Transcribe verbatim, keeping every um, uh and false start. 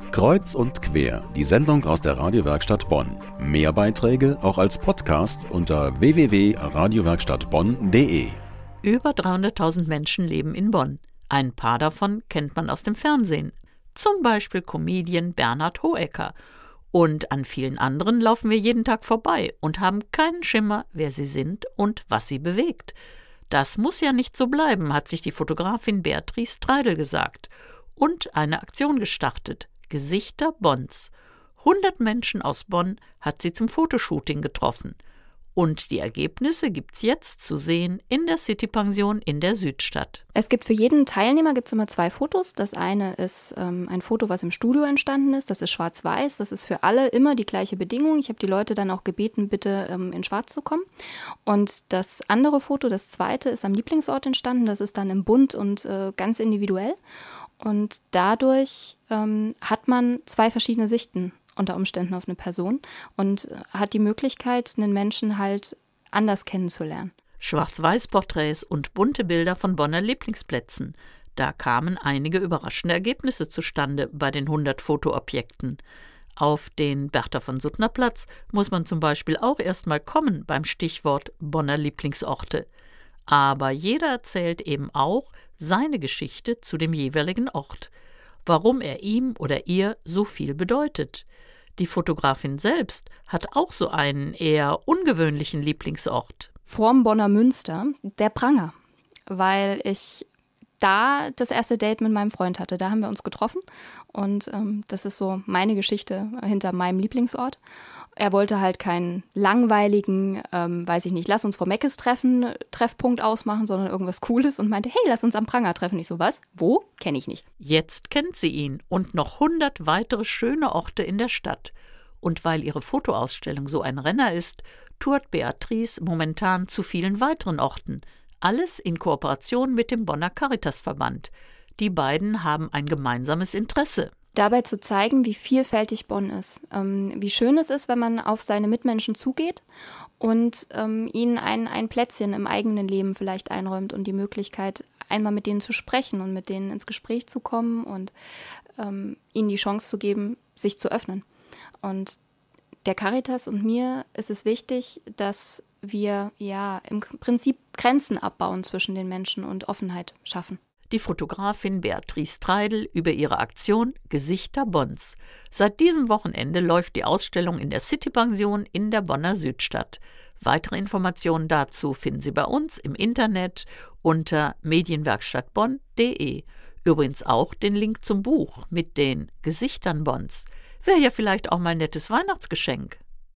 Kreuz und quer, die Sendung aus der Radiowerkstatt Bonn. Mehr Beiträge auch als Podcast unter w w w punkt radiowerkstattbonn punkt d e. Über dreihunderttausend Menschen leben in Bonn. Ein paar davon kennt man aus dem Fernsehen. Zum Beispiel Comedian Bernhard Hoëcker. Und an vielen anderen laufen wir jeden Tag vorbei und haben keinen Schimmer, wer sie sind und was sie bewegt. Das muss ja nicht so bleiben, hat sich die Fotografin Beatrice Treidel gesagt. Und eine Aktion gestartet. Gesichter Bonns. hundert Menschen aus Bonn hat sie zum Fotoshooting getroffen. Und die Ergebnisse gibt's jetzt zu sehen in der City-Pension in der Südstadt. Es gibt für jeden Teilnehmer gibt's immer zwei Fotos. Das eine ist ähm, ein Foto, was im Studio entstanden ist. Das ist schwarz-weiß. Das ist für alle immer die gleiche Bedingung. Ich habe die Leute dann auch gebeten, bitte ähm, in schwarz zu kommen. Und das andere Foto, das zweite, ist am Lieblingsort entstanden. Das ist dann im Bunt und äh, ganz individuell. Und dadurch ähm, hat man zwei verschiedene Sichten unter Umständen auf eine Person und hat die Möglichkeit, einen Menschen halt anders kennenzulernen. Schwarz-Weiß-Porträts und bunte Bilder von Bonner Lieblingsplätzen. Da kamen einige überraschende Ergebnisse zustande bei den hundert Fotoobjekten. Auf den Bertha-von-Suttner-Platz muss man zum Beispiel auch erst mal kommen beim Stichwort Bonner Lieblingsorte. Aber jeder erzählt eben auch seine Geschichte zu dem jeweiligen Ort, warum er ihm oder ihr so viel bedeutet. Die Fotografin selbst hat auch so einen eher ungewöhnlichen Lieblingsort. Vorm Bonner Münster, der Pranger, weil ich da das erste Date mit meinem Freund hatte. Da haben wir uns getroffen und ähm, das ist so meine Geschichte hinter meinem Lieblingsort. Er wollte halt keinen langweiligen, ähm, weiß ich nicht, lass uns vor Meckes treffen, Treffpunkt ausmachen, sondern irgendwas Cooles und meinte, hey, lass uns am Pranger treffen. Ich so, was? Wo? Kenne ich nicht. Jetzt kennt sie ihn und noch hundert weitere schöne Orte in der Stadt. Und weil ihre Fotoausstellung so ein Renner ist, tourt Beatrice momentan zu vielen weiteren Orten. Alles in Kooperation mit dem Bonner Caritasverband. Die beiden haben ein gemeinsames Interesse. Dabei zu zeigen, wie vielfältig Bonn ist, ähm, wie schön es ist, wenn man auf seine Mitmenschen zugeht und ähm, ihnen ein, ein Plätzchen im eigenen Leben vielleicht einräumt und die Möglichkeit, einmal mit denen zu sprechen und mit denen ins Gespräch zu kommen und ähm, ihnen die Chance zu geben, sich zu öffnen. Und der Caritas und mir ist es wichtig, dass wir ja im Prinzip Grenzen abbauen zwischen den Menschen und Offenheit schaffen. Die Fotografin Beatrice Treidel über ihre Aktion Gesichter Bonns. Seit diesem Wochenende läuft die Ausstellung in der City-Pension in der Bonner Südstadt. Weitere Informationen dazu finden Sie bei uns im Internet unter medienwerkstattbonn punkt d e. Übrigens auch den Link zum Buch mit den Gesichtern Bonns. Wäre ja vielleicht auch mal ein nettes Weihnachtsgeschenk.